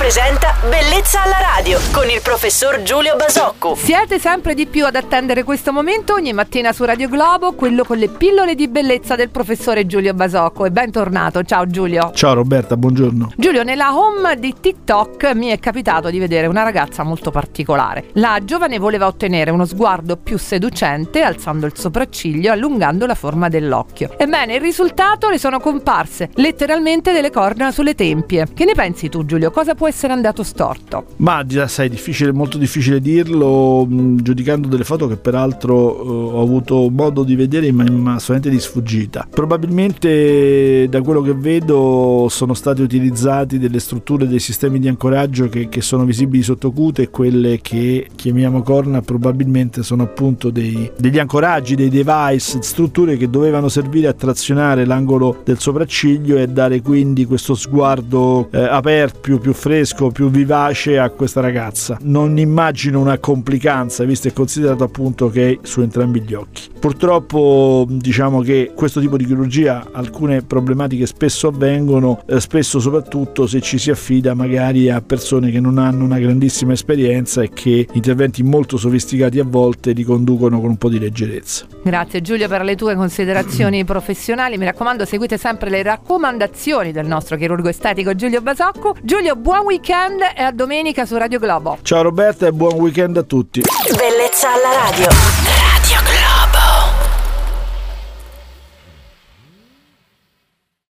presenta Bellezza alla radio con il professor Giulio Basocco. Siete sempre di più ad attendere questo momento ogni mattina su Radio Globo, quello con le pillole di bellezza del professore Giulio Basocco. E bentornato, ciao Giulio. Ciao Roberta, buongiorno. Giulio, nella home di TikTok mi è capitato di vedere una ragazza molto particolare. La giovane voleva ottenere uno sguardo più seducente alzando il sopracciglio e allungando la forma dell'occhio. Ebbene, il risultato: le sono comparse letteralmente delle corna sulle tempie. Che ne pensi tu, Giulio? Cosa può essere andato storto? Ma già sai, molto difficile dirlo, giudicando delle foto che peraltro ho avuto modo di vedere ma solamente di sfuggita. Probabilmente, da quello che vedo, sono state utilizzate delle strutture, dei sistemi di ancoraggio che sono visibili sottocute, e quelle che chiamiamo corna probabilmente sono appunto degli ancoraggi, dei device, strutture che dovevano servire a trazionare l'angolo del sopracciglio e dare quindi questo sguardo aperto, più fresco, più vivace a questa ragazza. Non immagino una complicanza, visto e considerato appunto che è su entrambi gli occhi. Purtroppo diciamo che questo tipo di chirurgia, alcune problematiche spesso avvengono, spesso soprattutto se ci si affida magari a persone che non hanno una grandissima esperienza e che interventi molto sofisticati a volte li conducono con un po' di leggerezza. Grazie Giulio per le tue considerazioni professionali. Mi raccomando, seguite sempre le raccomandazioni del nostro chirurgo estetico Giulio Basocco. Giulio, buon weekend e a domenica su Radio Globo. Ciao Roberta e buon weekend a tutti. Bellezza alla radio.